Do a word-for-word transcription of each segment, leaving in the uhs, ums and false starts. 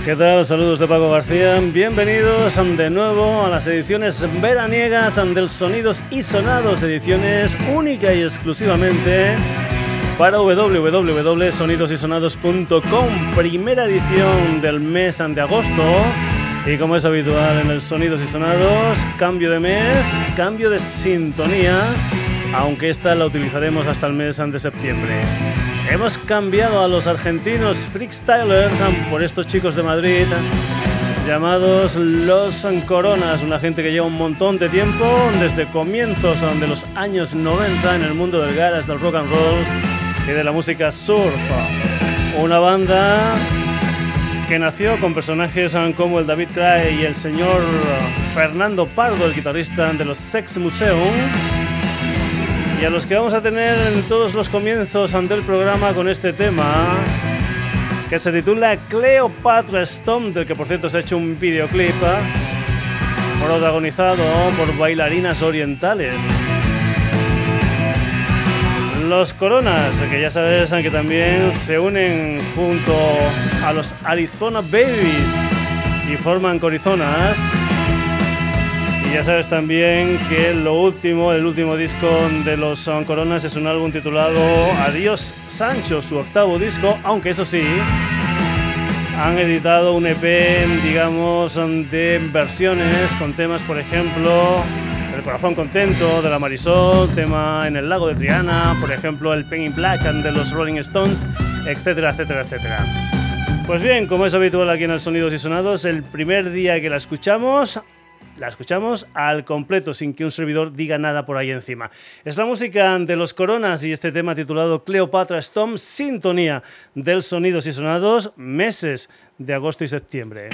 ¿Qué tal? Saludos de Paco García. Bienvenidos de nuevo a las ediciones veraniegas del Sonidos y Sonados, ediciones única y exclusivamente para doble u doble u doble u punto sonidos y sonados punto com. Primera edición del mes de agosto. Y como es habitual en el Sonidos y Sonados, cambio de mes, cambio de sintonía, aunque esta la utilizaremos hasta el mes de septiembre. Hemos cambiado a los argentinos freestylers por estos chicos de Madrid llamados Los Coronas, una gente que lleva un montón de tiempo, desde comienzos de los años noventa en el mundo del garage, del rock and roll y de la música surf. Una banda que nació con personajes como el David Cray y el señor Fernando Pardo, el guitarrista de los Sex Museum, y a los que vamos a tener en todos los comienzos del programa con este tema que se titula Cleopatra Storm, del que por cierto se ha hecho un videoclip protagonizado por bailarinas orientales. Los Coronas, que ya sabes que también se unen junto a los Arizona Babies y forman Corizonas. Y ya sabes también que lo último, el último disco de los Coronas es un álbum titulado Adiós Sancho, su octavo disco, aunque eso sí, han editado un E P, digamos, de versiones con temas, por ejemplo, El Corazón Contento de la Marisol, tema En el Lago de Triana, por ejemplo, El Pen in Black de los Rolling Stones, etcétera, etcétera, etcétera. Pues bien, como es habitual aquí en el Sonidos y Sonados, el primer día que la escuchamos, la escuchamos al completo, sin que un servidor diga nada por ahí encima. Es la música de Los Coronas y este tema titulado Cleopatra Storm, sintonía del Sonidos y Sonados, meses de agosto y septiembre.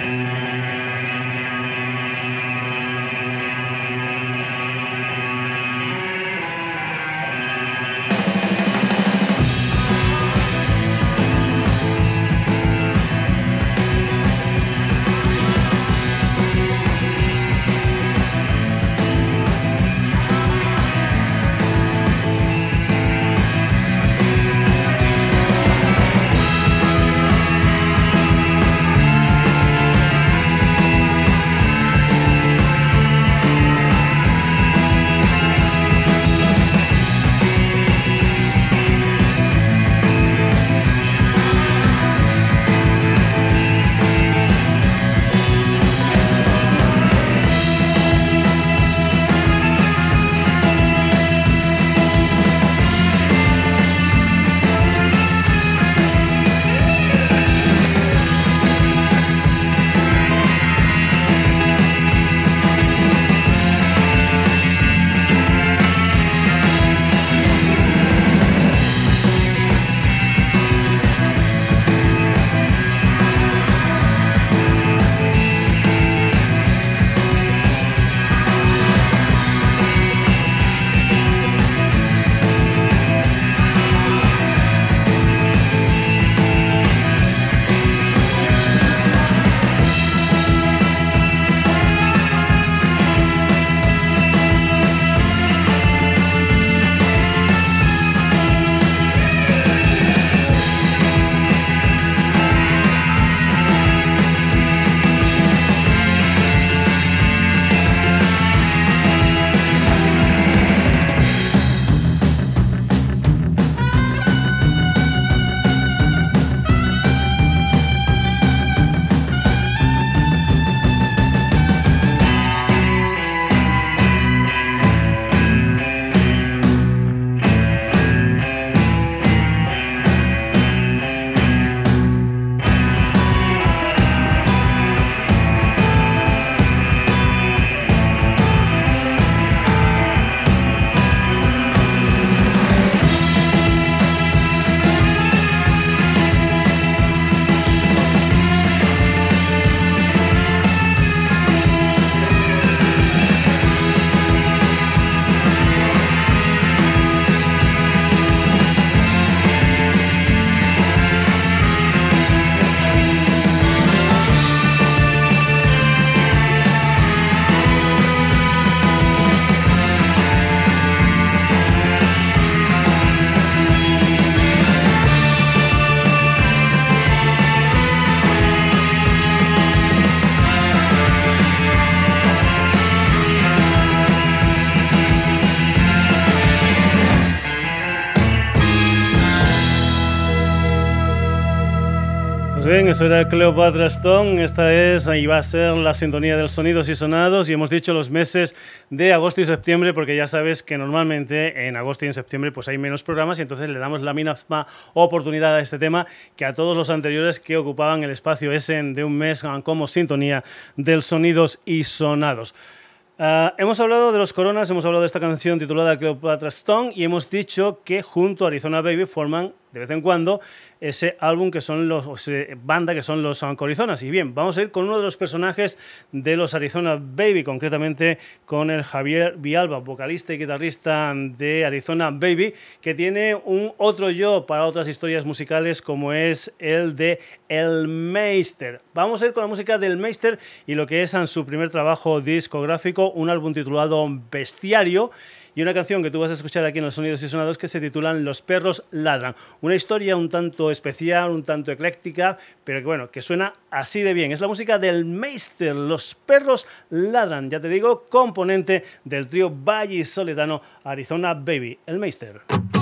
bien, eso era Cleopatra Stone. Esta es, ahí va a ser la sintonía de los sonidos y sonados. Y hemos dicho los meses de agosto y septiembre, porque ya sabes que normalmente en agosto y en septiembre pues hay menos programas y entonces le damos la misma oportunidad a este tema que a todos los anteriores que ocupaban el espacio ese de un mes como sintonía de sonidos y sonados. Uh, hemos hablado de los Coronas, hemos hablado de esta canción titulada Cleopatra Stone y hemos dicho que junto a Arizona Baby forman de vez en cuando ese álbum que son los, o ese banda que son los Corizonas. Y bien, vamos a ir con uno de los personajes de los Arizona Baby, concretamente con el Javier Villalba, vocalista y guitarrista de Arizona Baby, que tiene un otro yo para otras historias musicales como es el de El Meister. Vamos a ir con la música del Meister y lo que es en su primer trabajo discográfico, un álbum titulado Bestiario, y una canción que tú vas a escuchar aquí en los Sonidos y Sonados que se titulan Los perros ladran. Una historia un tanto especial, un tanto ecléctica, pero que bueno, que suena así de bien. Es la música del Meister, Los perros ladran, ya te digo, componente del trío vallisoletano Arizona Baby, el Meister.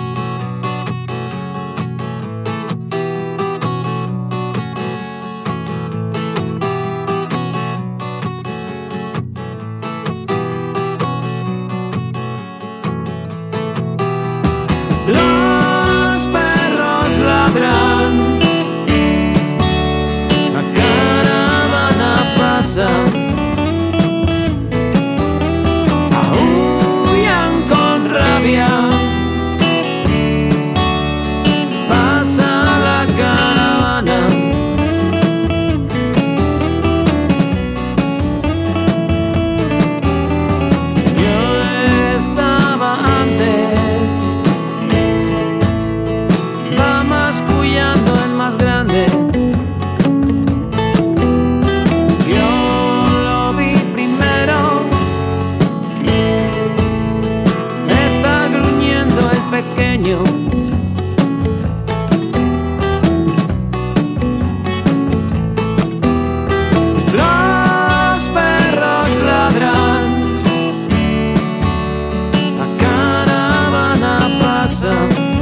La caravana pasa, aúllan con rabia, pasa la caravana. Yo estaba antes, va mascullando el más grande. Yo lo vi primero, está gruñendo el pequeño. Los perros ladran, la caravana pasa.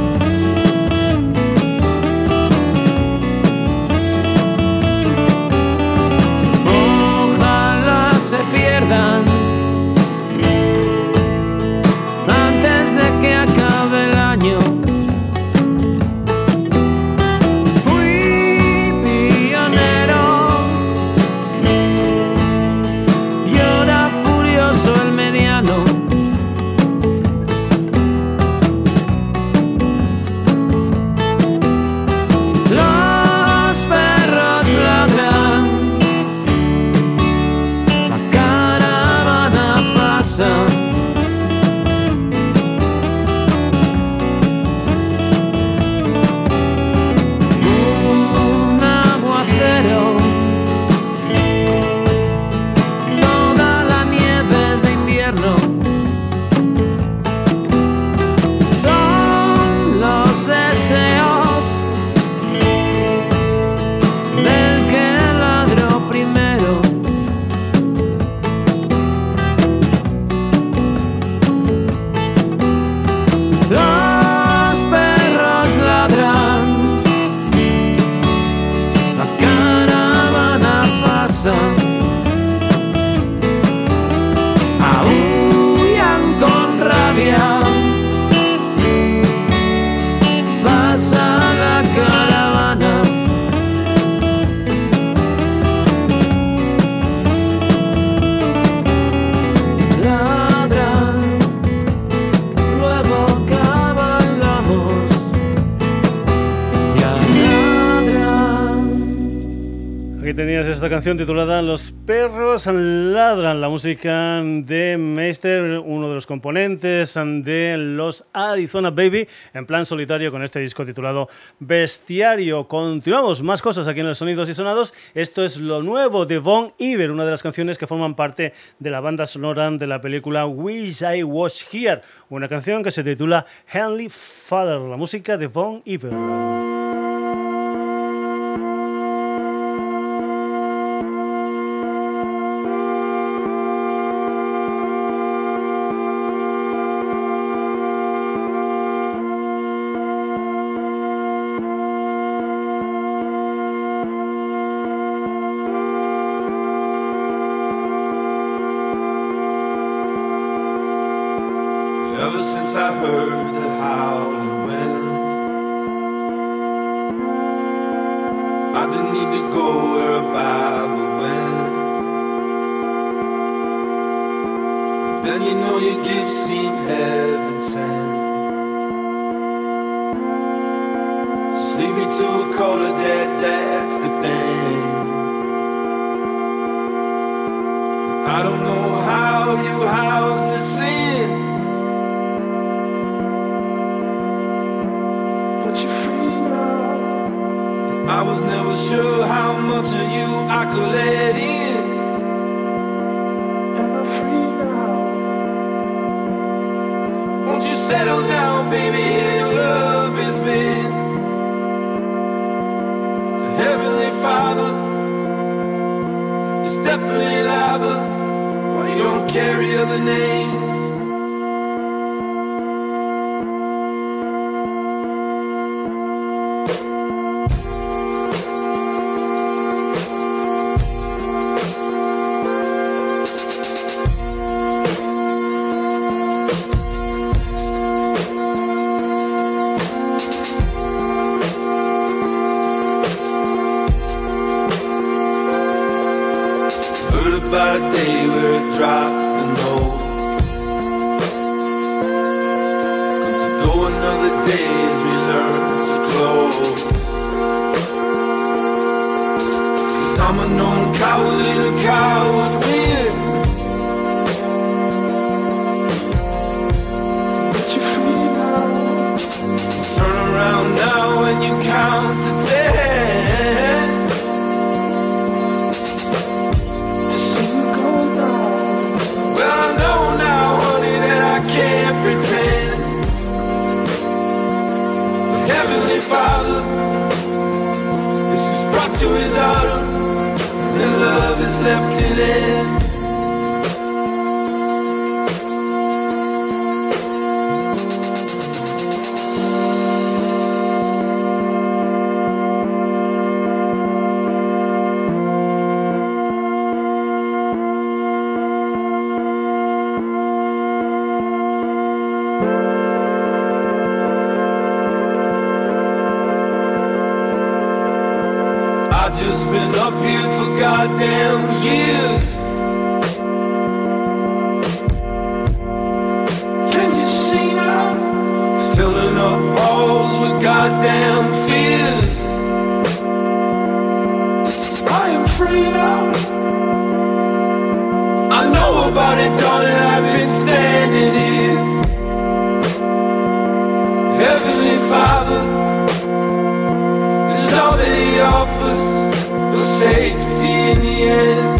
Se pierdan antes de que acabe el año. Fui pionero llora furioso el mediano. Los perros ladran, un aguacero, toda la nieve de invierno, son los deseos del que ladró primero. Los perros ladran, la caravana pasa, aúllan con rabia, pasa la caravana. Ladran, luego aquí tenías esta canción titulada Los perros ladran, la música de Meister, uno de los componentes de los Arizona Baby, en plan solitario con este disco titulado Bestiario. Continuamos, más cosas aquí en los Sonidos y Sonados. Esto es lo nuevo de Bon Iver, una de las canciones que forman parte de la banda sonora de la película Wish I Was Here, una canción que se titula Heavenly Father, la música de Bon Iver. I heard the howling wind. I didn't need to go where a Bible went. Then you know your gifts seem heaven sent. Just lead me to a color that, that's the thing. I don't know how you house the sin, but you're free now. I was never sure how much of you I could let in, and I'm free now. Won't you settle down, baby, your love has been. The Heavenly Father is definitely liable. You don't carry other names. Heard about a day where it dropped the note. Come to go another day as we learn to close. Cause I'm a known coward in a coward win. But you're free now. Turn around now and you count to ten. Can't pretend. But Heavenly Father, this is brought to his autumn, and love is left in it. I've just been up here for goddamn years. Can you see now? Filling up walls with goddamn fears. I am free now. I know about it, darling, I've been standing here. Heavenly Father, this is all that he offers. Safety in the end.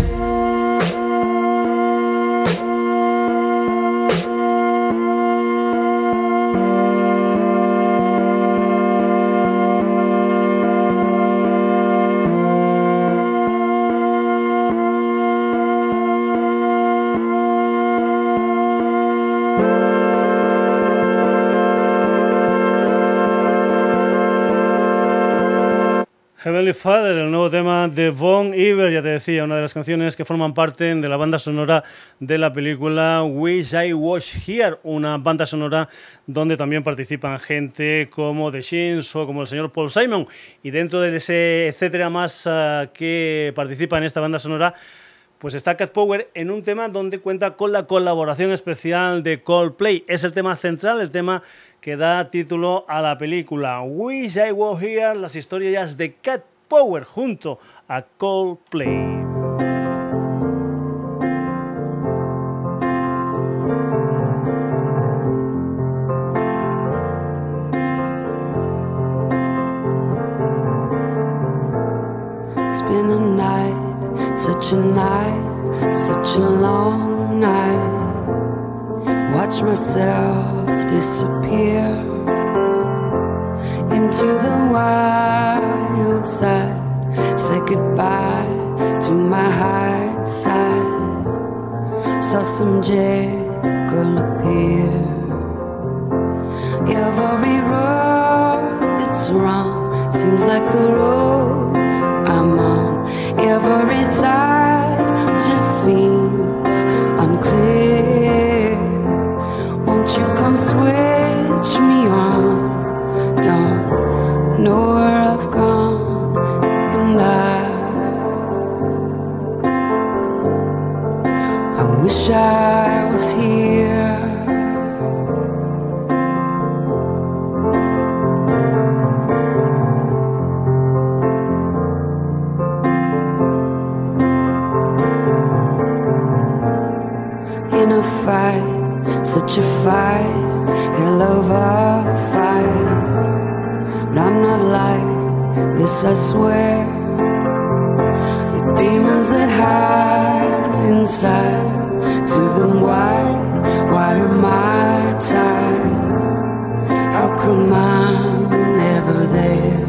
Heavenly Father, el nuevo tema de Bon Iver, ya te decía, una de las canciones que forman parte de la banda sonora de la película Wish I Was Here, una banda sonora donde también participan gente como The Shins o como el señor Paul Simon, y dentro de ese etcétera más uh, que participa en esta banda sonora, pues está Cat Power en un tema donde cuenta con la colaboración especial de Coldplay. Es el tema central, el tema que da título a la película Wish I Was Here, las historias de Cat Power junto a Coldplay. It's been a night, such a night, such a long night. Watch myself disappear into the wild side. Say goodbye to my hide side. Saw some Jekyll appear. Every road that's wrong seems like the road I'm on. Every side just seems unclear. Won't you come swim wish I was here. In a fight, such a fight, hell of a fight. But I'm not like this, I swear. The demons that hide inside, to them why, why am I tied? How come I'm never there?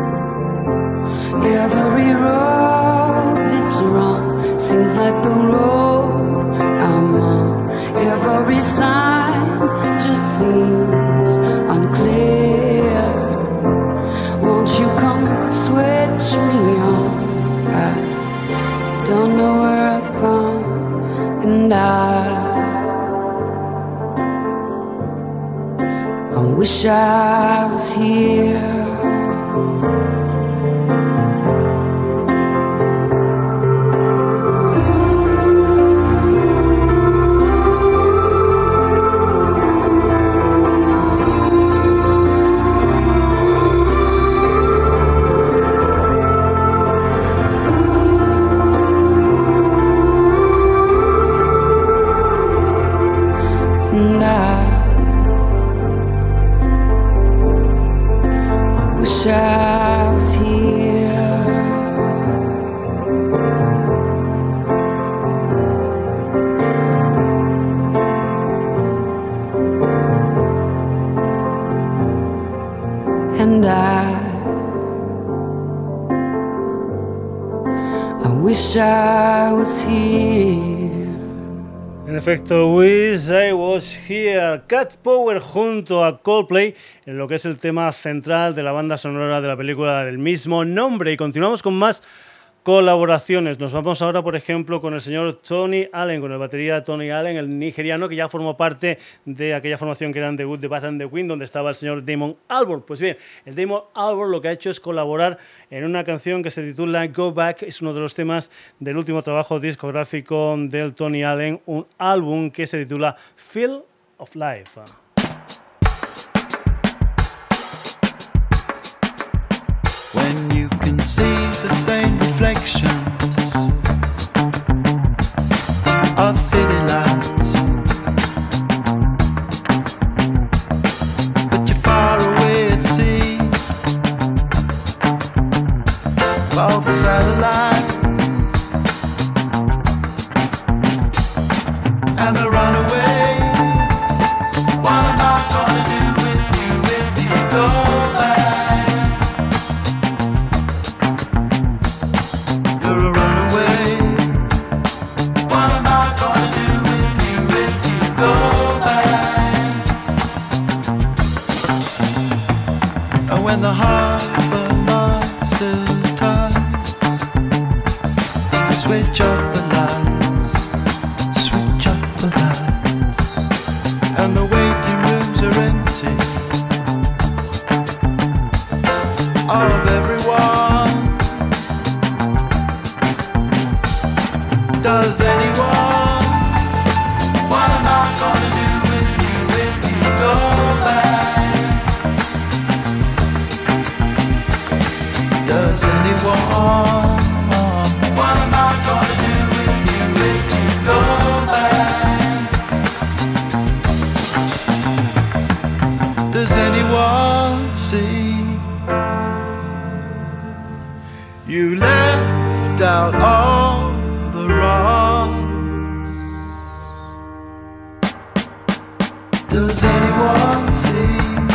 Every road that's wrong seems like the road I'm on. Every sign just seems unclear. Won't you come switch me on? I don't know where I've come, and I I wish I was here. I was here. And I I wish I was here. En efecto, Wish I Was Here, Cat Power junto a Coldplay en lo que es el tema central de la banda sonora de la película del mismo nombre. Y continuamos con más colaboraciones. Nos vamos ahora, por ejemplo, con el señor Tony Allen, con el batería Tony Allen, el nigeriano que ya formó parte de aquella formación que eran The Good, The Bad and The Queen, donde estaba el señor Damon Albarn. Pues bien, el Damon Albarn lo que ha hecho es colaborar en una canción que se titula Go Back. Es uno de los temas del último trabajo discográfico del Tony Allen, un álbum que se titula Feel of Life. When you can see the stained reflections of city lights, but you're far away at sea of all the satellites, and I run away. What am I gonna do with you if you go back? When the harbor master turns to switch off the lights, switch off the lights, and the waiting rooms are empty of everyone. Does anyone? What am I gonna do with you if you go back? Does anyone? What am I gonna do with you if you go back? Does anyone see? You left out all the wrongs. Does anyone see?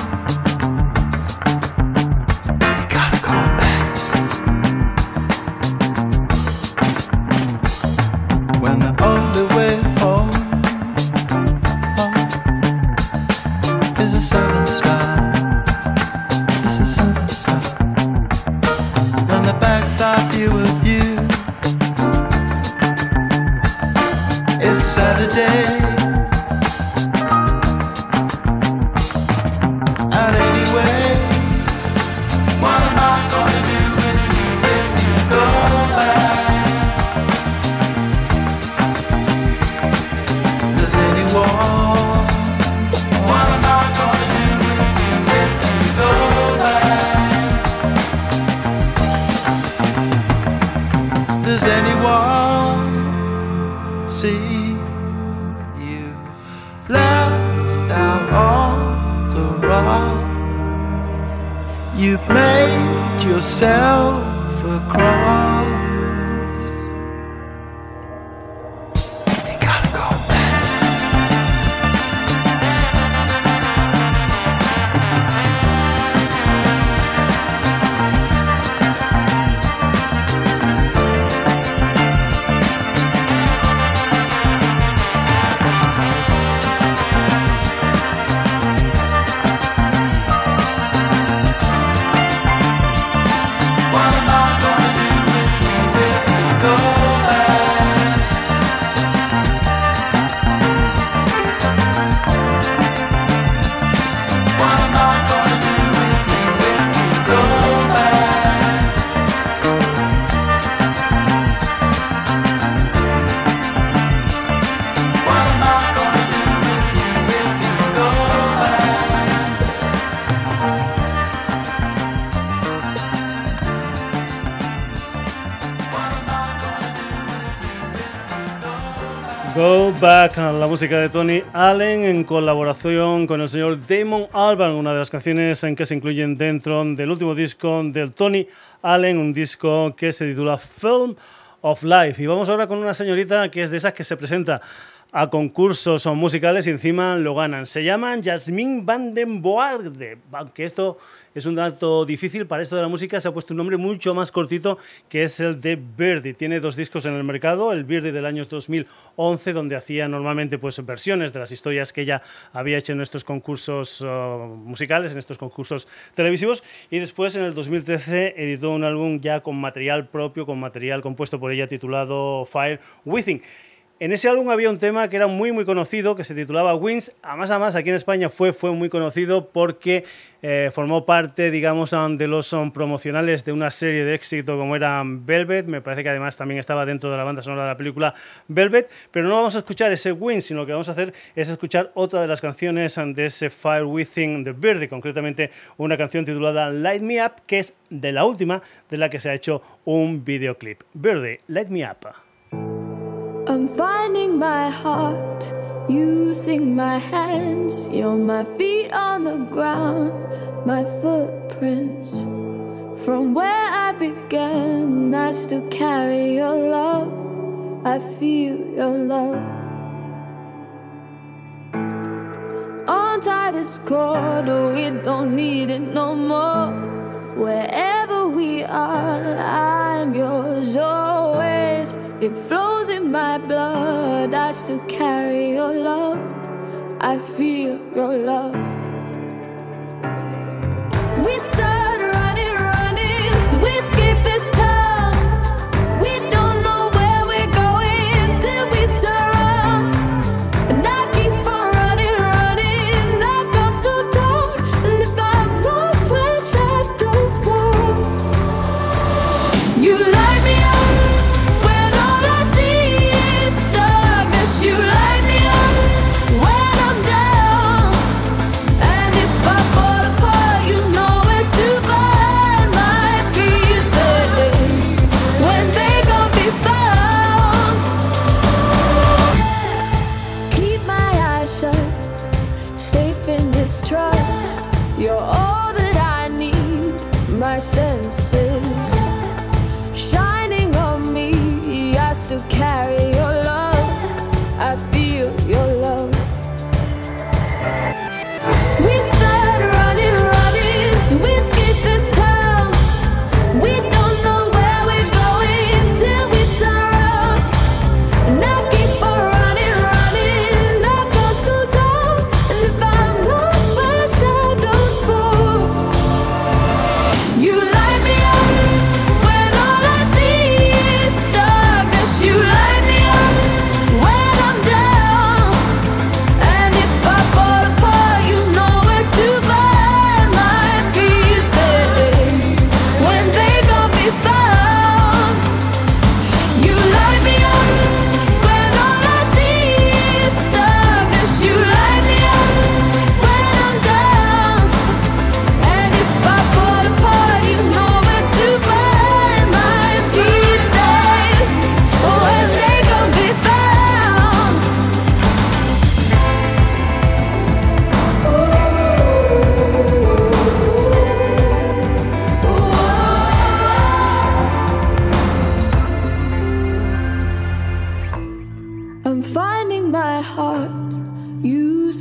Saturday, and anyway, what am I gonna do with you if you go back? heart. See, you left out on the rock. You've made yourself a cross. Go Back, la música de Tony Allen en colaboración con el señor Damon Albarn, una de las canciones en que se incluyen dentro del último disco del Tony Allen, un disco que se titula Film of Life. Y vamos ahora con una señorita que es de esas que se presenta a concursos musicales y encima lo ganan. Se llaman Jasmine Van den Boarde, que esto es un dato difícil. Para esto de la música se ha puesto un nombre mucho más cortito, que es el de Birdie. Tiene dos discos en el mercado, el Birdie del año dos mil once, donde hacía normalmente pues, versiones de las historias que ella había hecho en estos concursos uh, musicales, en estos concursos televisivos, y después en el dos mil trece editó un álbum ya con material propio, con material compuesto por ella titulado Fire Within. En ese álbum había un tema que era muy muy conocido, que se titulaba Wings. A más a más, aquí en España fue, fue muy conocido porque eh, formó parte, digamos, de los um, promocionales de una serie de éxito como era Velvet. Me parece que además también estaba dentro de la banda sonora de la película Velvet. Pero no vamos a escuchar ese Wings, sino lo que vamos a hacer es escuchar otra de las canciones de ese Fire Within the Birdie, concretamente una canción titulada Light Me Up, que es de la última de la que se ha hecho un videoclip. Birdie, Light Me Up. I'm finding my heart, using my hands. You're my feet on the ground, my footprints. From where I began, I still carry your love. I feel your love. Untie this cord, oh, we don't need it no more. Wherever we are, I'm yours always. It flows in my blood, I still carry your love. I feel your love. We start running, running to escape this town. We don't know where we're going till we turn around. And I keep on running, running, I can't slow down. And if I'm lost where shadows fall, you light me up. You light me up when I'm down.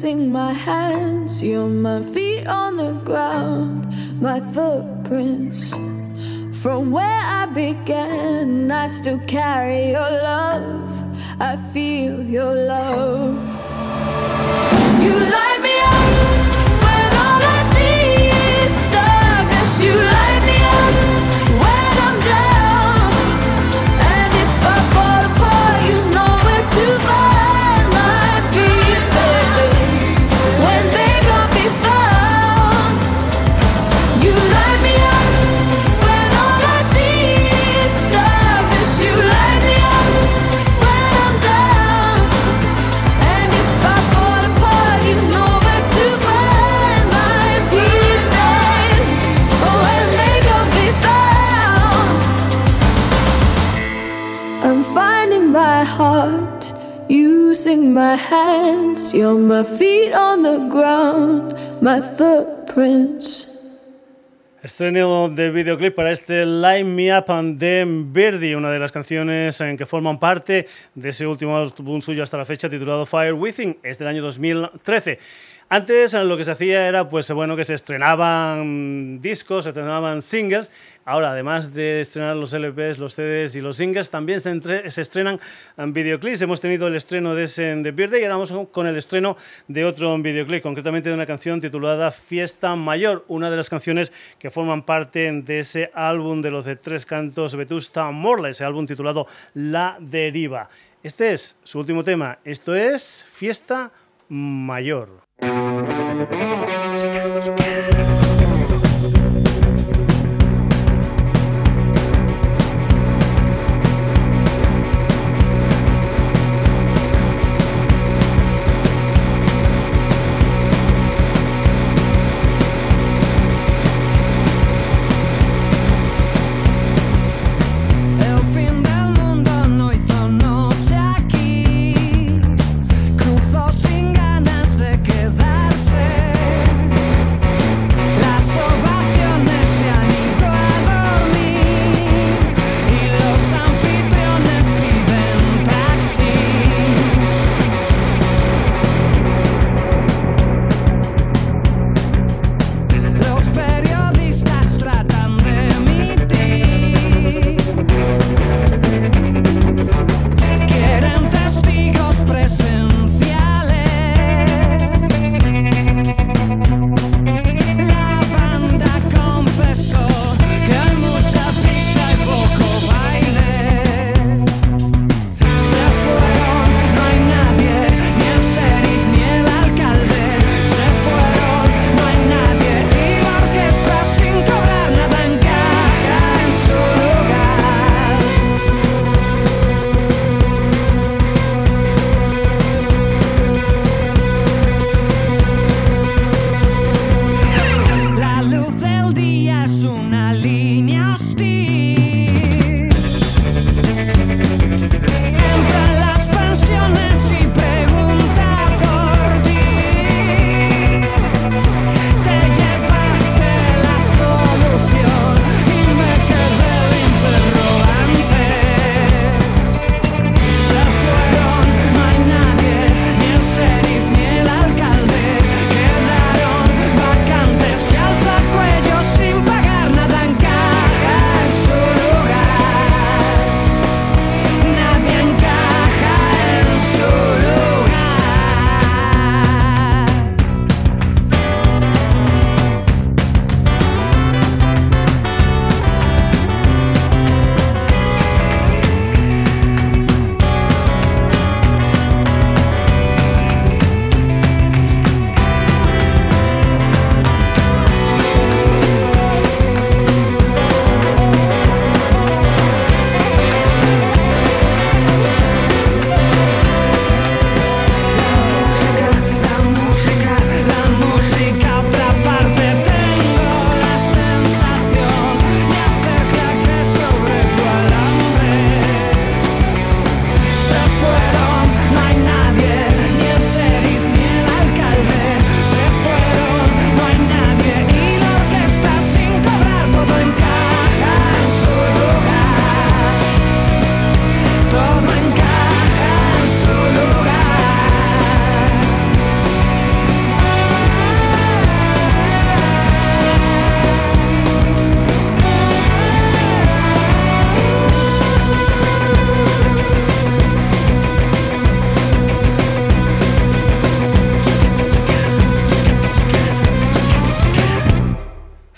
using my hands, you're my feet on the ground, my footprints. From where I began, I still carry your love, I feel your love. You light me up when all I see is darkness. You light me up when I'm down, and if I fall apart, you know where to find my pieces when they can't be found. You light me up when all I see is darkness. You light me up when I'm down, and if I fall apart, you know where to find my pieces when they can't be found. I'm finding my heart, using my hands. You're my feet on the ground, my footprints. Estreno de videoclip para este Light Me Up de Birdie, una de las canciones en que forman parte de ese último álbum suyo hasta la fecha titulado Fire Within, es del año dos mil trece. Antes lo que se hacía era pues bueno que se estrenaban discos, se estrenaban singles. Ahora, además de estrenar los L Pes, los C Ds y los singles, también se, entre, se estrenan videoclips. Hemos tenido el estreno de ese de Birthday y ahora vamos con el estreno de otro videoclip, concretamente de una canción titulada Fiesta Mayor, una de las canciones que forman parte de ese álbum de los de Tres Cantos Vetusta Morla, ese álbum titulado La Deriva. Este es su último tema, esto es Fiesta Mayor. Sin ganas de quedarse.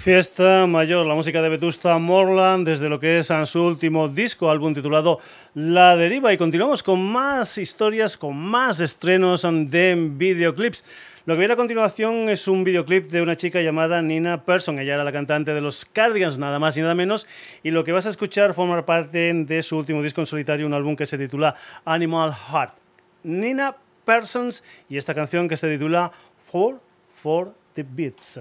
Fiesta mayor, la música de Vetusta Morland desde lo que es su último disco, álbum titulado La Deriva, y continuamos con más historias, con más estrenos de videoclips. Lo que viene a continuación es un videoclip de una chica llamada Nina Persson. Ella era la cantante de los Cardigans, nada más y nada menos, y lo que vas a escuchar forma parte de su último disco en solitario, un álbum que se titula Animal Heart. Nina Persson y esta canción que se titula Four for the Beats.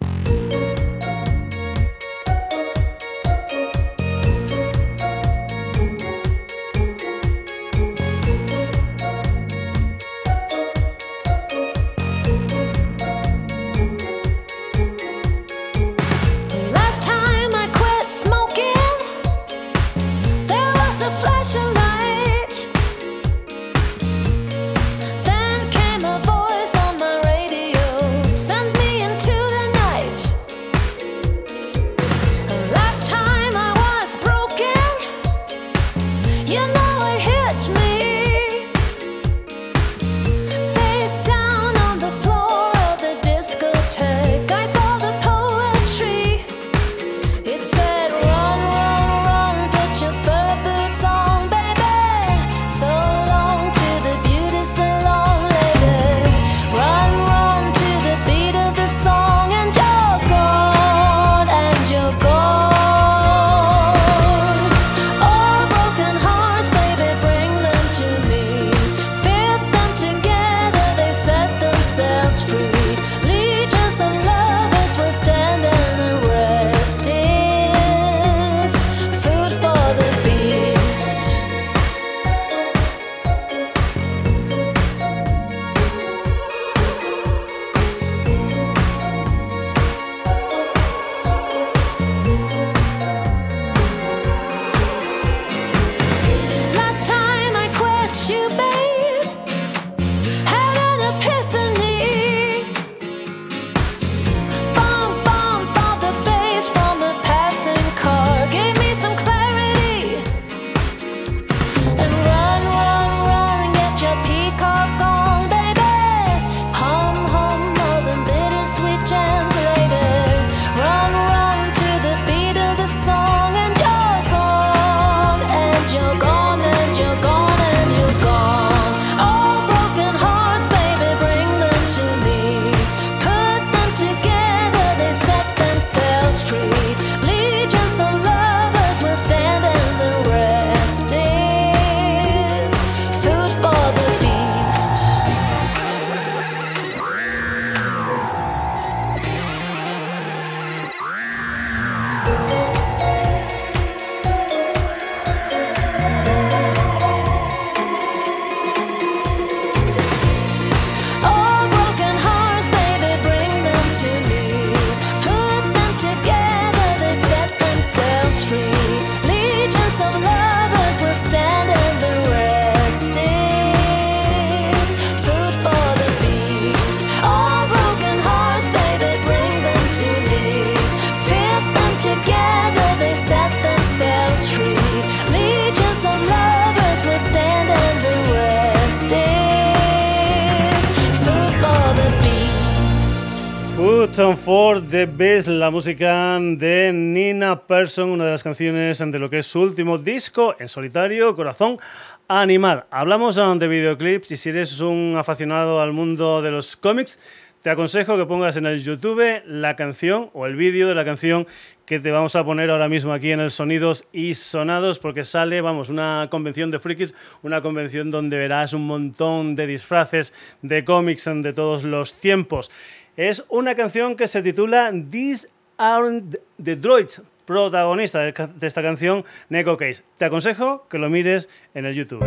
For the Beast, la música de Nina Persson, una de las canciones de lo que es su último disco en solitario, Corazón Animal. Hablamos de videoclips y si eres un aficionado al mundo de los cómics, te aconsejo que pongas en el YouTube la canción o el vídeo de la canción que te vamos a poner ahora mismo aquí en el Sonidos y Sonados, porque sale, vamos, una convención de frikis, una convención donde verás un montón de disfraces de cómics de todos los tiempos. Es una canción que se titula These Aren't the Droids, protagonista de esta canción, Neko Case. Te aconsejo que lo mires en el YouTube.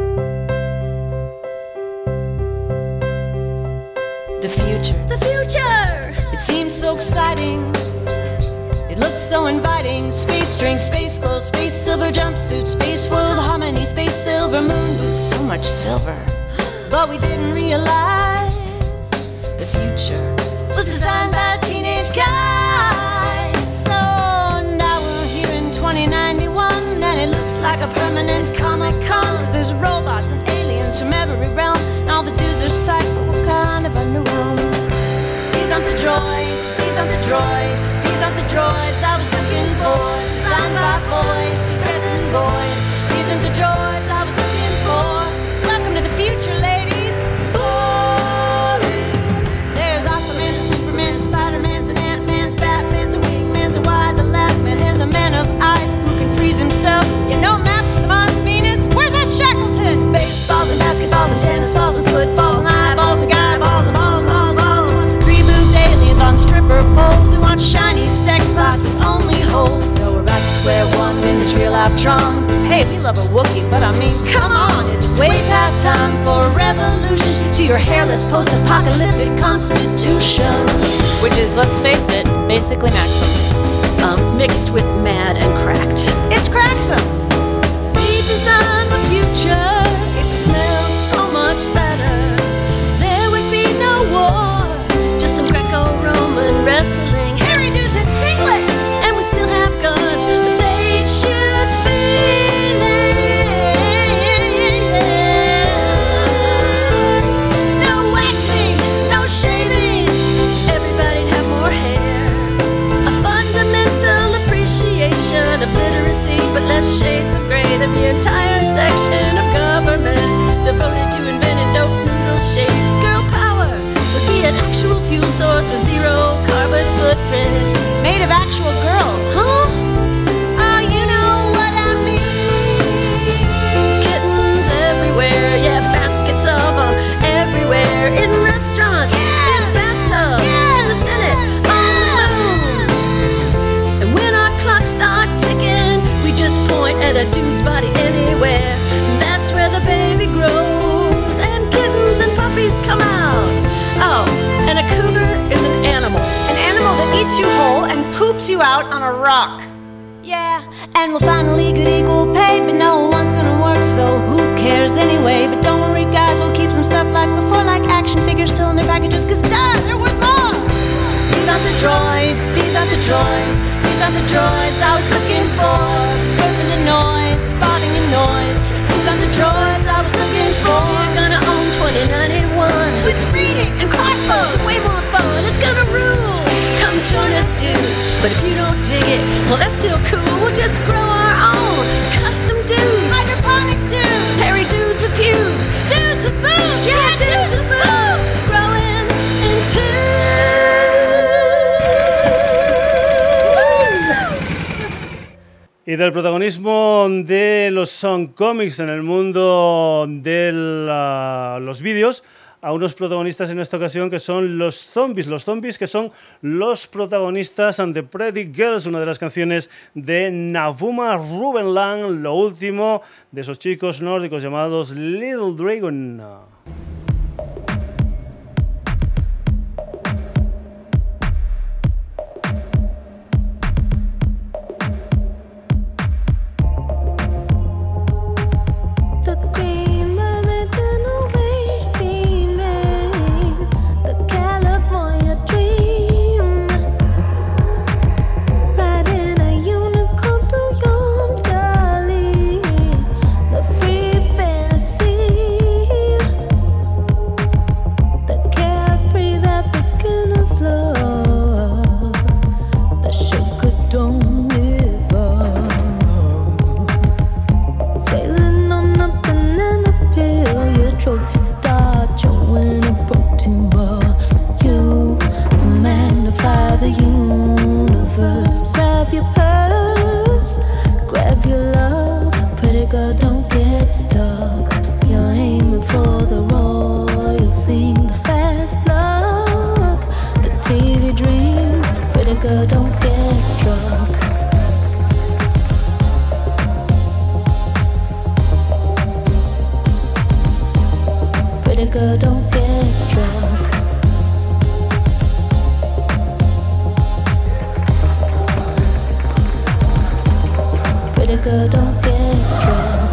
The future. The future! It seems so exciting. It looks so inviting. Space drink, space clothes, space silver jumpsuit, space world harmony, space silver moon boots, so much silver. But we didn't realize the future was designed by a teenage guy. So now we're here in twenty ninety-one, and it looks like a permanent Comic-Con. There's robots and aliens from every realm, and all the dudes are psyched, but what kind of underwhelm? These aren't the droids, these aren't the droids, these aren't the droids I was looking for, designed by boys, guessing boys. These aren't the droids I was looking for. Welcome to the future, ladies. Boring. There's Aquamans and Supermans, Spider-Mans and Ant-Mans, Batmans and Wingmans, and why the last man? There's a man of ice who can freeze himself. You know, map to the Mars Venus. Where's that Shackleton? Baseballs and basketballs and tennis balls and footballs and eyeballs and guy balls and balls, balls, balls. Who wants three-boobed aliens on stripper poles? Who wants shiny sex bots with only holes? So we're back to square one in this real-life drum. 'Cause hey, we love a Wookiee, but I mean, come on, it's way past time for a revolution to your hairless post-apocalyptic constitution, which is, let's face it, basically Maxim, um, mixed with mad and cracked. It's Cracksome. Redesign the future. It smells so much better. There would be no war, just some Greco-Roman wrestling. Hairy dudes in singlets, and we still have guns, but they shoot feelings. No waxing, no shaving. Everybody'd have more hair. A fundamental appreciation of literacy, but less shades of gray than the entire section of government devoted to invented dope noodle shapes. Girl power would be an actual fuel source with zero carbon footprint, made of actual girls, huh? Oh, you know what I mean. Kittens everywhere, yeah, baskets of them everywhere, in restaurants, yeah, in bathtubs, yeah, in the Senate, on the moon. And when our clocks start ticking, we just point at a dude's body anywhere. That's where the baby grows and kittens and puppies come out. Oh, and a cougar is an animal. An animal that eats you whole and poops you out on a rock. Yeah, and we'll finally get equal pay, but no one's gonna work, so who cares anyway? But don't worry guys, we'll keep some stuff like before, like action figures still in their packages, 'cause duh, they're worth more. These aren't the droids, these aren't the droids, these aren't the droids I was looking for. Burping and noise, farting and noise. These aren't the droids I was looking for. We're gonna own twenty ninety-one with reading and crossbows, way more fun. It's gonna rule. Come join us, dudes. But if you don't dig it, well, that's still cool. We'll just grow our own custom dudes. Hydroponic dudes. Hairy dudes with pubes. Dudes with boobs. Yeah, yeah, dudes with boobs. Growing into boobs. Y del protagonismo de los son cómics en el mundo de la- los vídeos a unos protagonistas en esta ocasión que son los zombies. Los zombies que son los protagonistas de Pretty Girls, una de las canciones de Navuma Rubenland, lo último de esos chicos nórdicos llamados Little Dragon. The green violet and a wavy mane, the California dream, riding a unicorn through your valley, the free fantasy, the carefree that beginners love, the sugar don't live up. Sailing on nothing and a pill, your trophy start, your winner protein bar. You magnify the universe. Grab your purse, grab your love. Pretty girl, don't get stuck. You're aiming for the royal scene, the fast luck, the T V dreams. Pretty girl, don't get struck. Pretty girl, don't get struck. Pretty girl, don't get struck.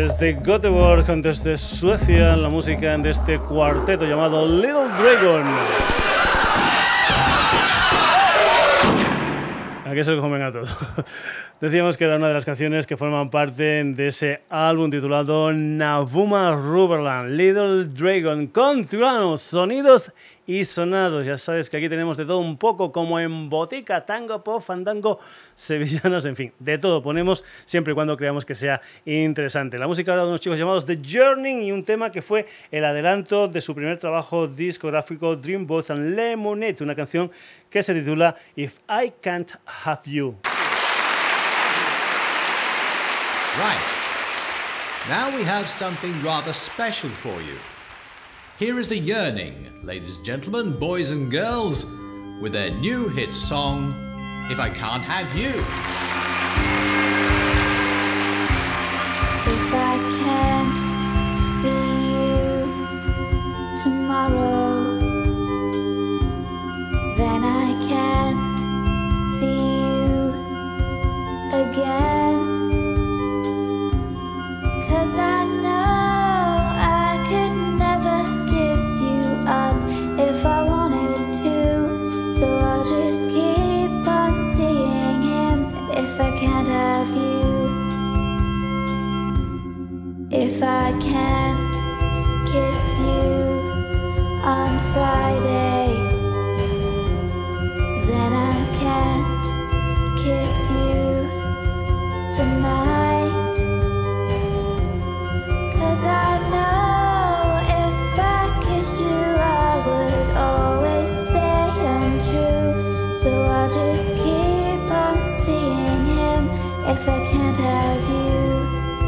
Desde Göteborg, desde Suecia, la música de este cuarteto llamado Little Dragon. Aquí se lo comen a todo. Decíamos que era una de las canciones que forman parte de ese álbum titulado Navuma Rubberland, Little Dragon. Continuamos, sonidos y sonados. Ya sabes que aquí tenemos de todo un poco, como en botica, tango, pop, fandango, sevillanas, en fin, de todo ponemos siempre y cuando creamos que sea interesante. La música ahora de unos chicos llamados The Journey y un tema que fue el adelanto de su primer trabajo discográfico Dreamboats and Lemonade, una canción que se titula If I Can't Have You. Right. Now we have something rather special for you. Here is The Yearning, ladies and gentlemen, boys and girls, with their new hit song, If I Can't Have You. If I can't see you tomorrow, then I can't see you again. 'Cause I know I could never give you up if I wanted to, so I'll just keep on seeing him if I can't have you. If I can't kiss you on Friday, then I can't kiss you tonight. 'Cause I know if I kissed you I would always stay untrue, so I'll just keep on seeing him if I can't have you.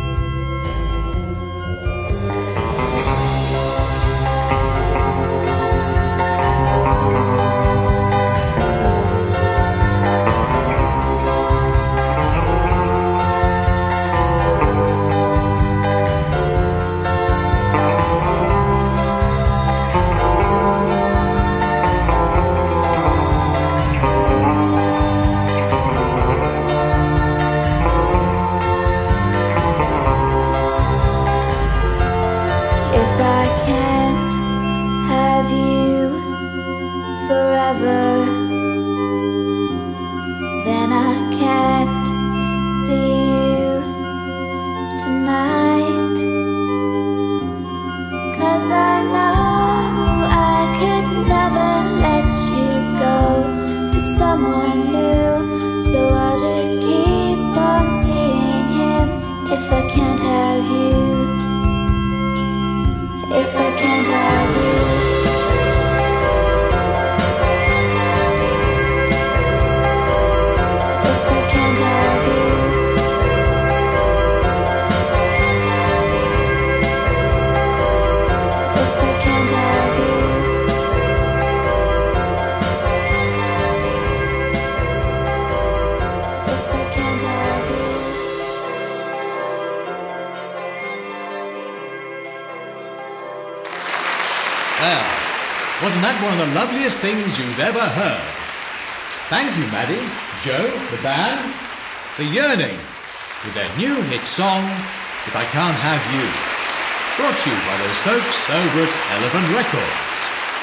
Wasn't that one of the loveliest things you've ever heard? Thank you, Maddie, Joe, the band, The Yearning, with their new hit song, If I Can't Have You. Brought to you by those folks over at Elephant Records.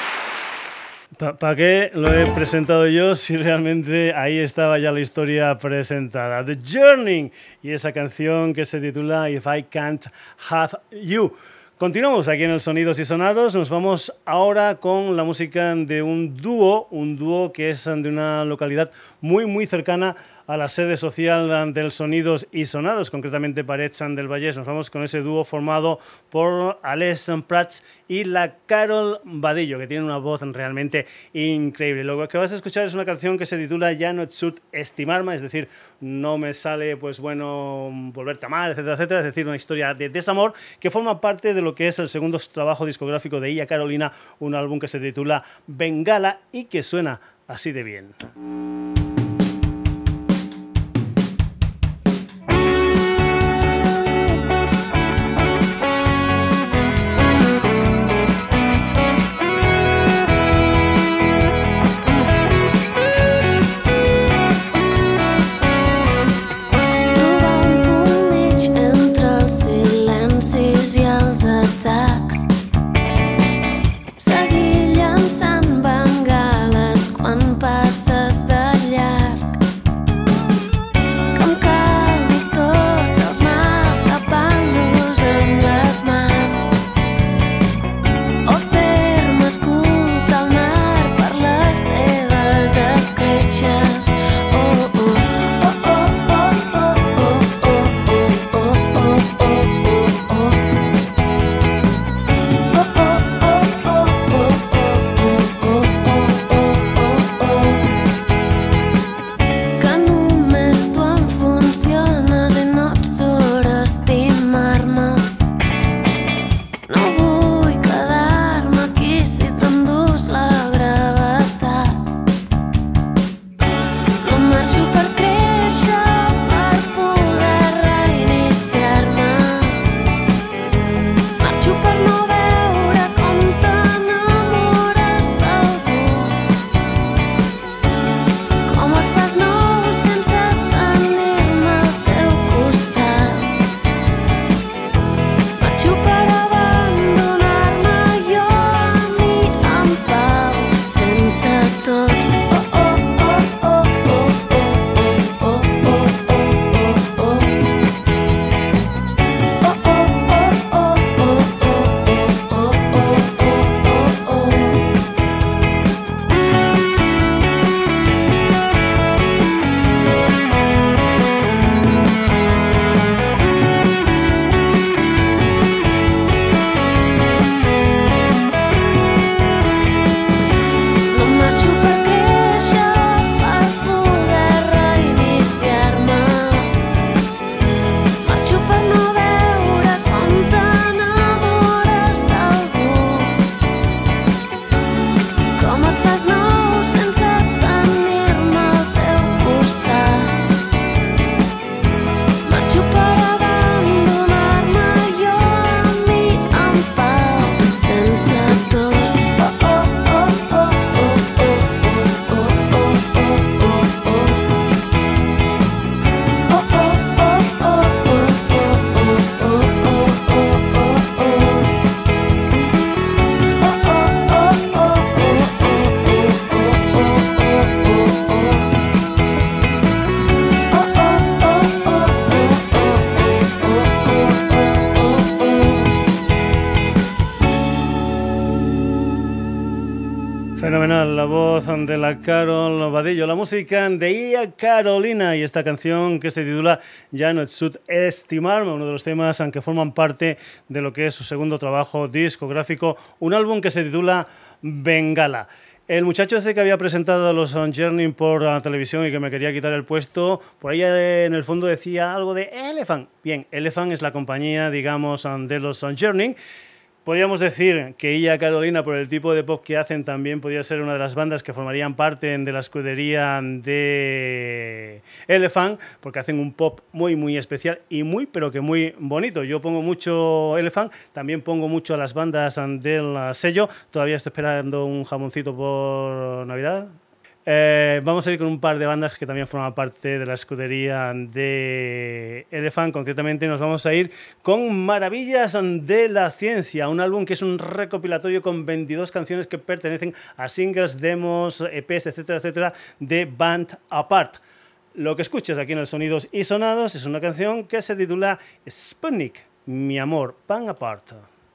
¿Para pa qué lo he presentado yo si realmente ahí estaba ya la historia presentada? The Journey y esa canción que se titula If I Can't Have You. Continuamos aquí en el Sonidos y Sonados. Nos vamos ahora con la música de un dúo, un dúo que es de una localidad muy muy cercana a la sede social del Sonidos y Sonados, concretamente Parets del Vallès. Nos vamos con ese dúo formado por Alex Prats y la Carol Badillo, que tienen una voz realmente increíble. Lo que vas a escuchar es una canción que se titula Ja no et surt estimarme, es decir, no me sale, pues bueno, volverte a amar, etcétera, etcétera. Es decir, una historia de desamor que forma parte de lo que es el segundo trabajo discográfico de ella, Carolina, un álbum que se titula Bengala y que suena así de bien. Trobant un mig entre el silenci de la Carol Badillo, la música de Ia Carolina y esta canción que se titula Ya no sud estimarme, uno de los temas que forman parte de lo que es su segundo trabajo discográfico, un álbum que se titula Bengala. El muchacho ese que había presentado a los Journey por la televisión y que me quería quitar el puesto, por ahí en el fondo decía algo de Elephant. Bien, Elephant es la compañía, digamos, de los Journey. Podríamos decir que Ia Carolina, por el tipo de pop que hacen, también podría ser una de las bandas que formarían parte de la escudería de Elephant, porque hacen un pop muy, muy especial y muy, pero que muy bonito. Yo pongo mucho Elephant, también pongo mucho a las bandas del sello. Todavía estoy esperando un jamoncito por Navidad. Eh, vamos a ir con un par de bandas que también forman parte de la escudería de Elephant. Concretamente nos vamos a ir con Maravillas de la Ciencia, un álbum que es un recopilatorio con veintidós canciones que pertenecen a singles, demos, E Pes, etcétera, etcétera, de Band Apart. Lo que escuchas aquí en el Sonidos y Sonados es una canción que se titula Sputnik, mi amor, Band Apart.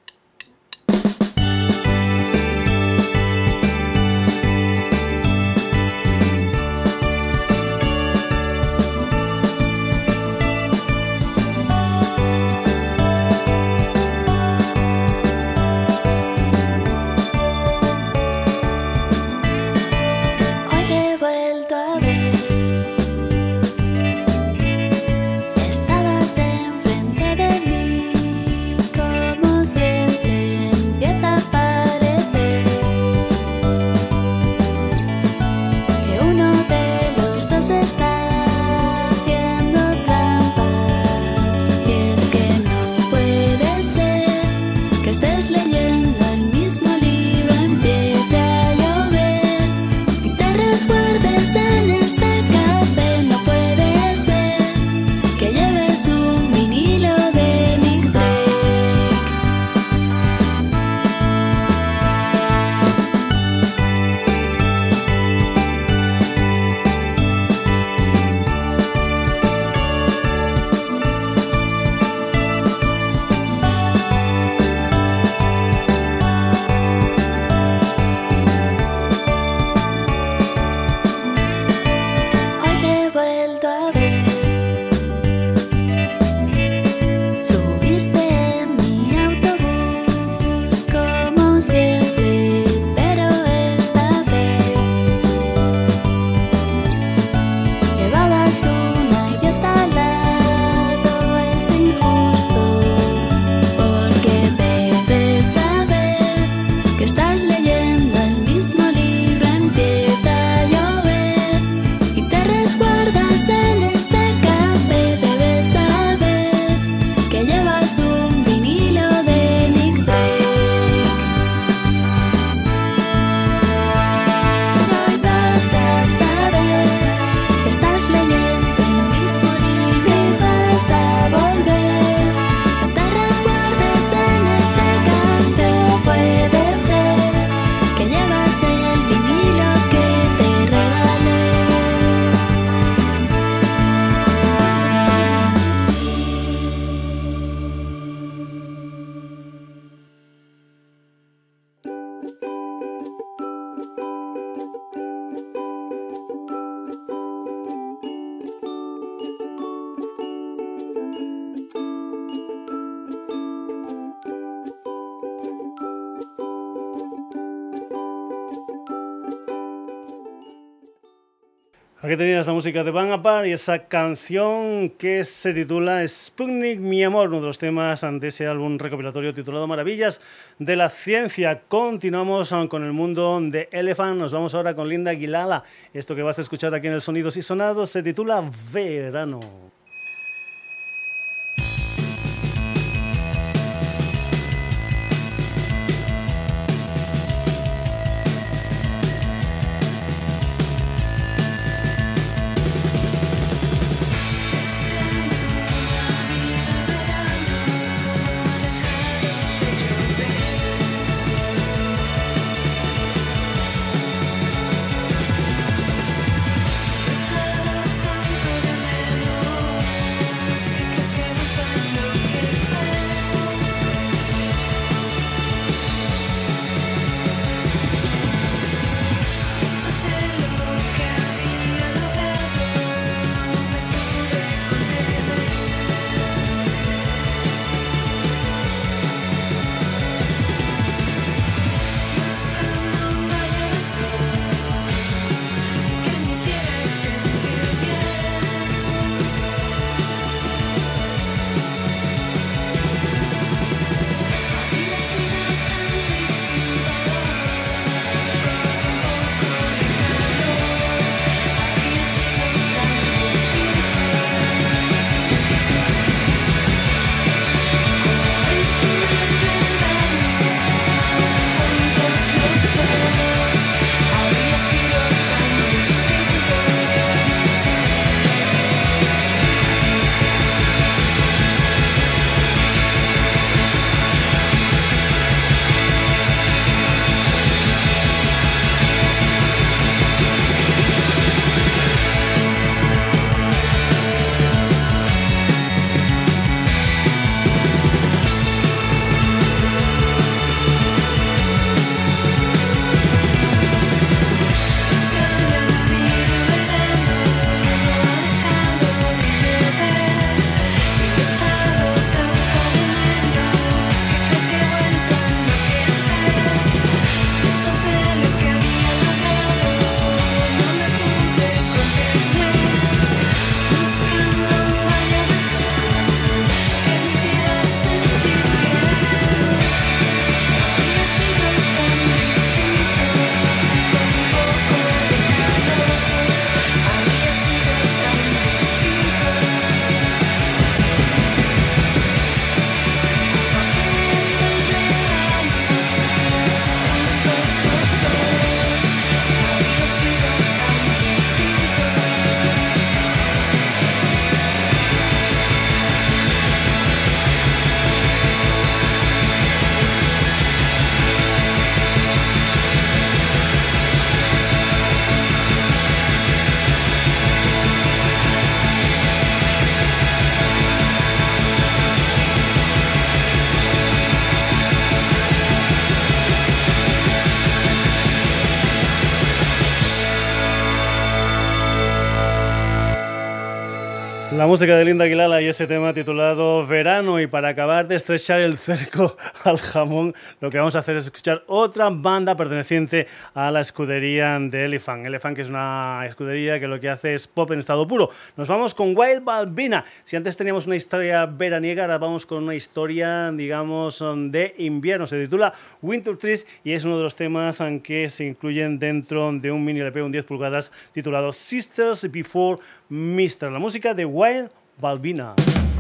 Estabas enfrente de mí, como siempre. Aquí tenías la música de Band Apart y esa canción que se titula Sputnik, mi amor, uno de los temas de ese álbum recopilatorio titulado Maravillas de la Ciencia. Continuamos con el mundo de Elephant. Nos vamos ahora con Linda Aguilala. Esto que vas a escuchar aquí en el Sonidos y Sonados se titula Verano. Echado tanto de menos La música de Linda Aguilera y ese tema titulado Verano. Y para acabar de estrechar el cerco al jamón, lo que vamos a hacer es escuchar otra banda perteneciente a la escudería de Elephant. Elephant, que es una escudería que lo que hace es pop en estado puro. Nos vamos con Wild Balbina. Si antes teníamos una historia veraniega, ahora vamos con una historia, digamos, de invierno. Se titula Winter Trees y es uno de los temas que se incluyen dentro de un mini L P, un diez pulgadas, titulado Sisters Before Mister. La música de Wild Balbina.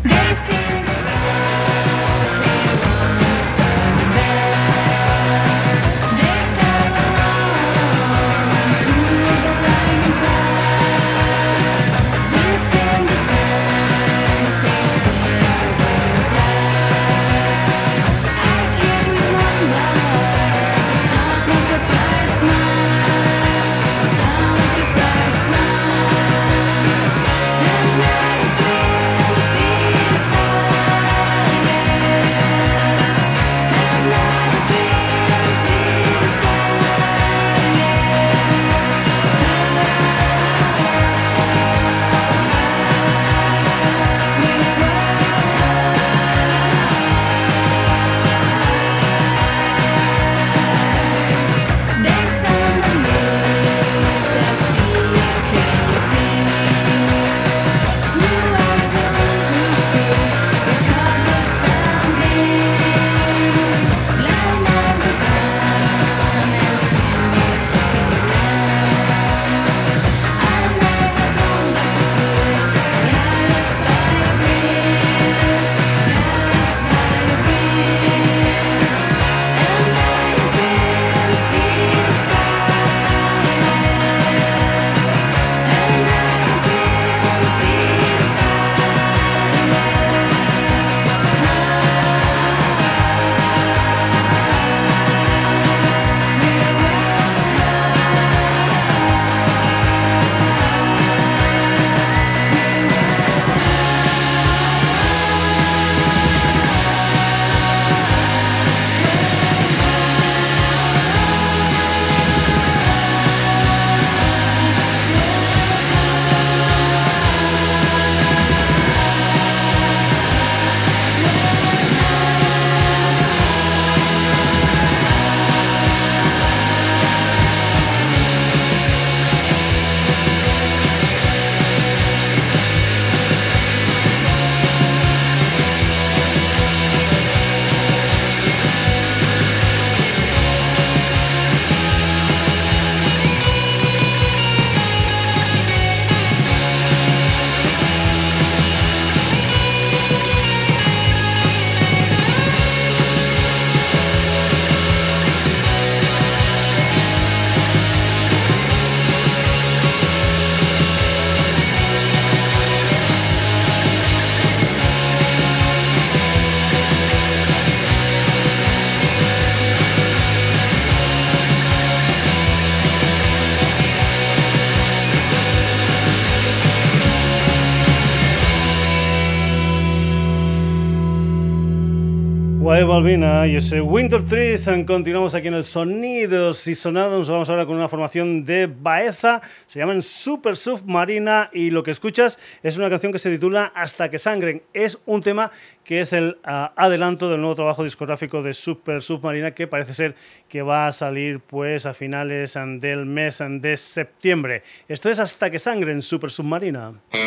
Wild Balbina y ese Winter Trees. Continuamos aquí en el Sonidos y Sonados. Nos vamos ahora con una formación de Baeza. Se llaman Super Submarina y lo que escuchas es una canción que se titula Hasta que sangren. Es un tema que es el uh, adelanto del nuevo trabajo discográfico de Super Submarina, que parece ser que va a salir pues a finales del mes de septiembre. Esto es Hasta que sangren, Super Submarina.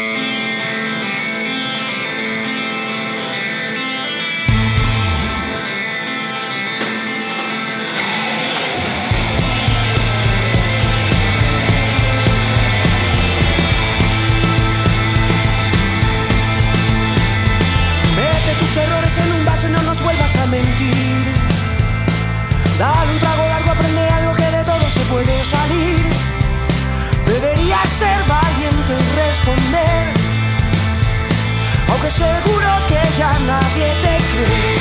No nos vuelvas a mentir. Dale un trago largo, aprende algo que de todo se puede salir. Deberías ser valiente y responder, aunque seguro que ya nadie te cree.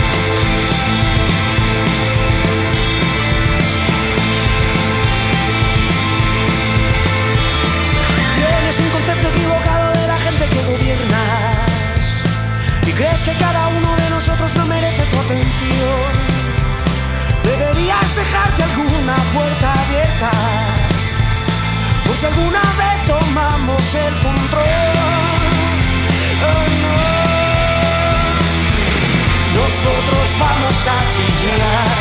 Tienes un concepto equivocado de la gente que gobiernas y crees que cada uno de nosotros no merece tu atención. Deberías dejarte alguna puerta abierta, por si alguna vez tomamos el control. a chillar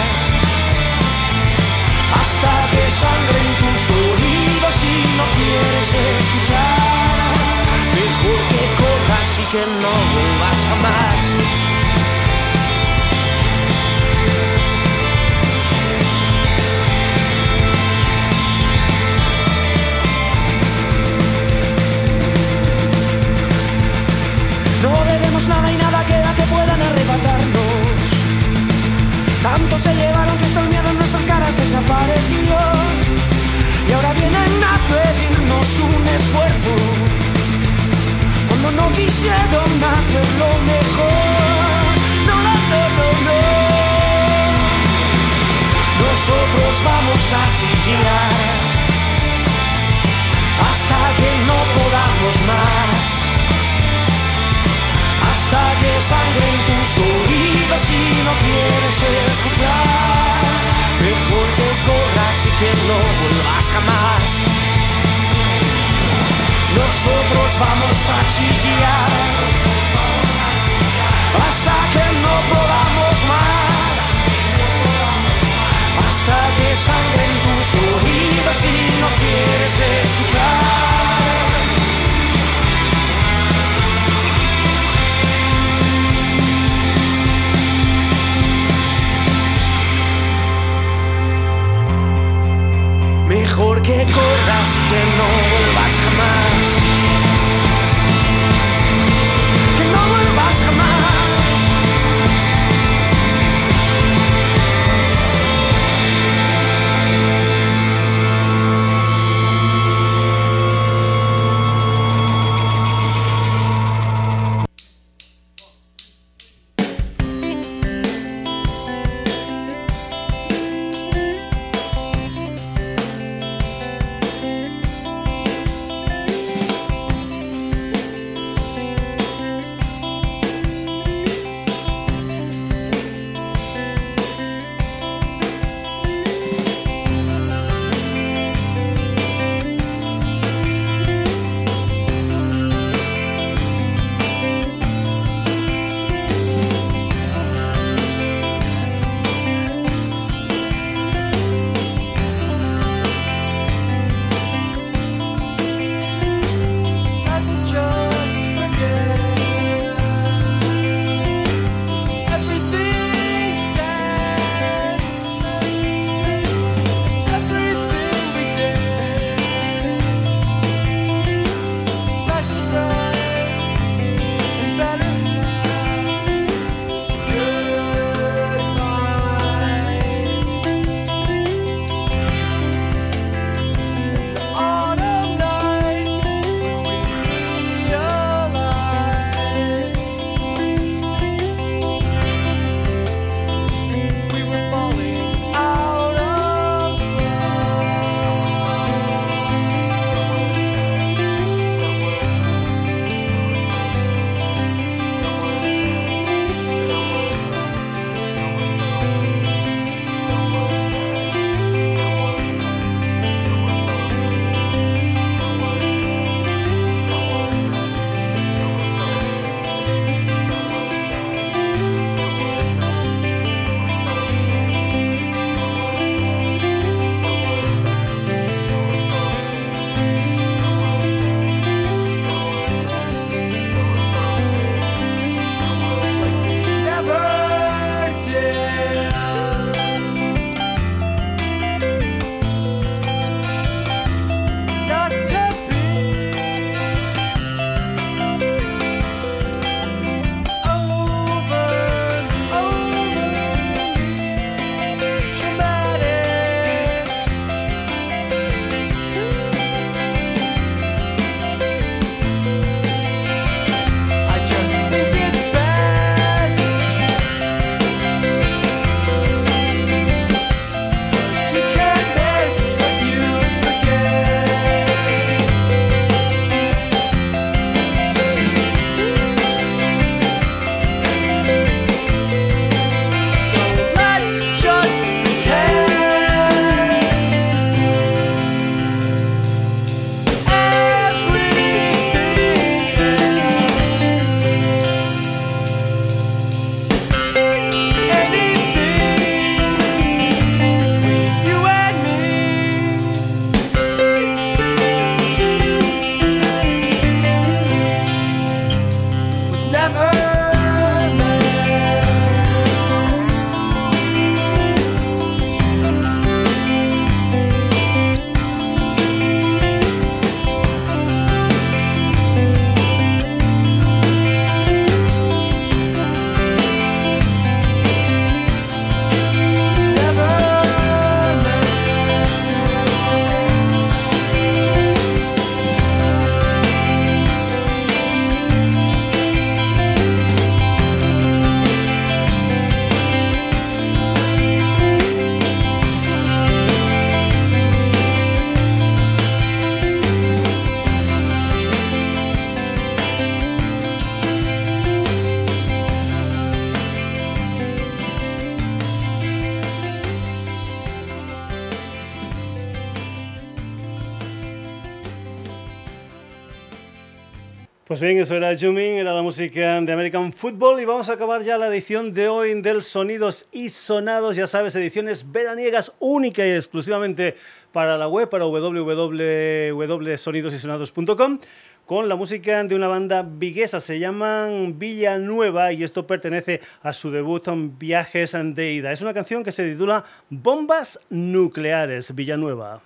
hasta que sangren tus oídos y no quieres escuchar. Mejor que corras y que no vuelvas jamás. No debemos nada y nada queda que puedan arrebatarnos. Tanto se llevaron que hasta el miedo en nuestras caras desapareció. Y ahora vienen a pedirnos un esfuerzo cuando no quisieron hacerlo mejor. No, no, no, no, no. Nosotros vamos a chillar hasta que no podamos más. Hasta que sangren tus oídos y no quieres escuchar. Mejor que corras y que no vuelvas jamás. Nosotros vamos a chillar hasta que no podamos más. Hasta que sangren tus oídos y no quieres escuchar. Mejor que corras y que no vuelvas jamás. Que no vuelvas jamás. Pues bien, eso era Jumin, era la música de American Football y vamos a acabar ya la edición de hoy del Sonidos y Sonados, ya sabes, ediciones veraniegas única y exclusivamente para la web, para w w w punto sonidos y sonados punto com, con la música de una banda viguesa, se llaman Villanueva y esto pertenece a su debut en Viajes de Ida. Es una canción que se titula Bombas Nucleares, Villanueva.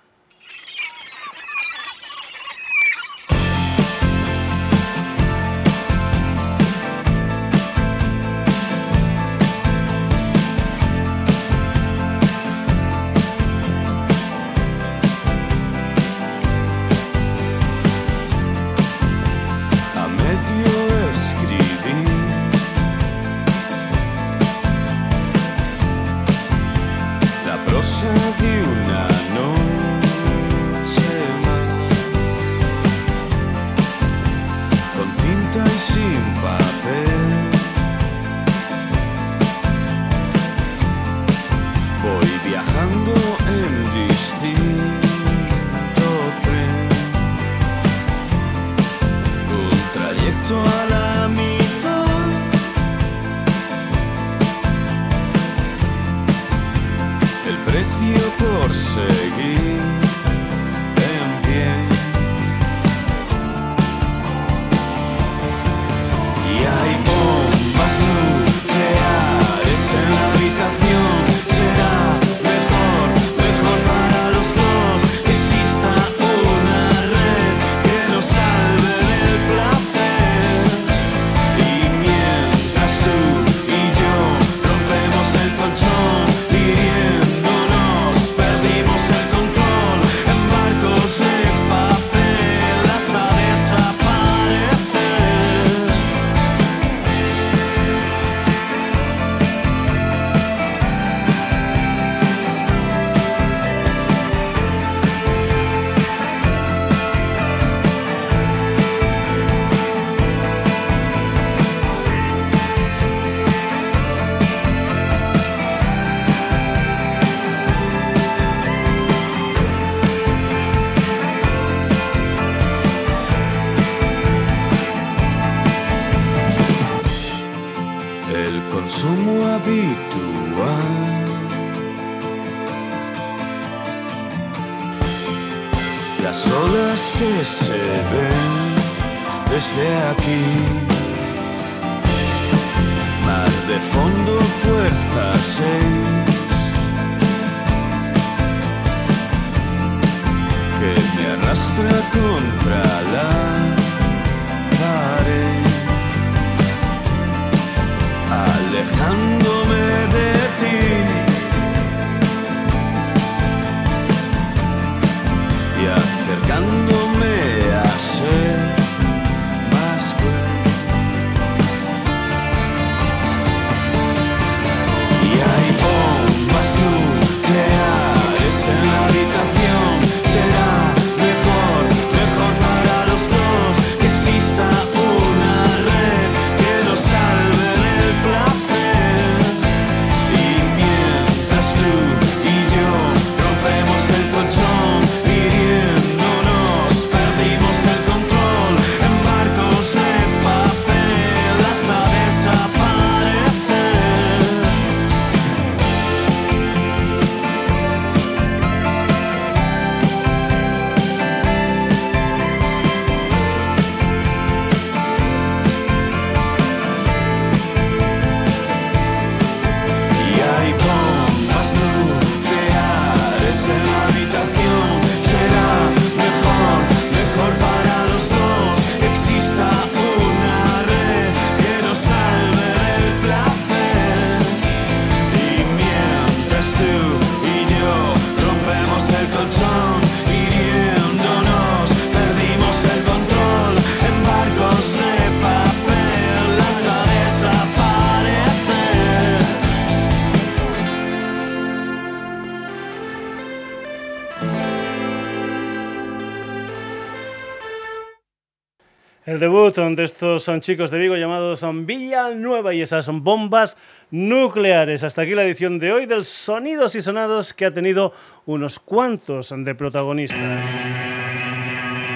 El debut de estos son chicos de Vigo llamados Villanueva y esas son bombas nucleares. Hasta aquí la edición de hoy del Sonidos y Sonados, que ha tenido unos cuantos de protagonistas.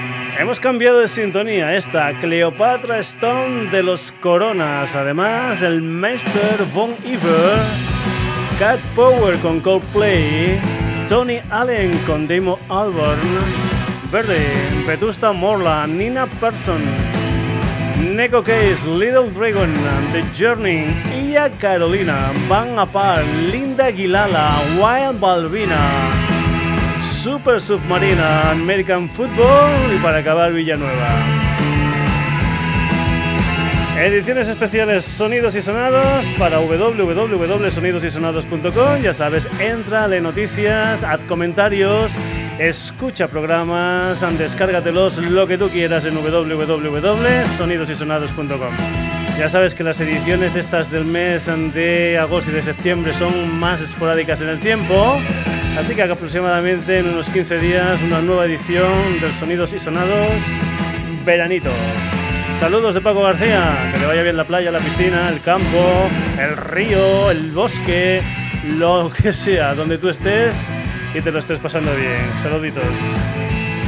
Hemos cambiado de sintonía. Esta Cleopatra Stone de los Coronas. Además, el Meister von Iver, Cat Power con Coldplay, Tony Allen con Damon Albarn, Verde, Vetusta Morla, Nina Persson, Neko Case, Little Dragon, The Journey, Ia Carolina, Van Apart, Linda Aguilala, Wild Balbina, Super Submarina, American Football y para acabar Villanueva. Ediciones especiales Sonidos y Sonados para w w w punto sonidos y sonados punto com. Ya sabes, entra, lee noticias, haz comentarios, escucha programas, descárgatelos, lo que tú quieras en w w w punto sonidos y sonados punto com. Ya sabes que las ediciones de estas del mes de agosto y de septiembre son más esporádicas en el tiempo, así que aproximadamente en unos quince días una nueva edición del Sonidos y Sonados veranito. Saludos de Paco García, que te vaya bien la playa, la piscina, el campo, el río, el bosque, lo que sea, donde tú estés y te lo estés pasando bien. Saluditos.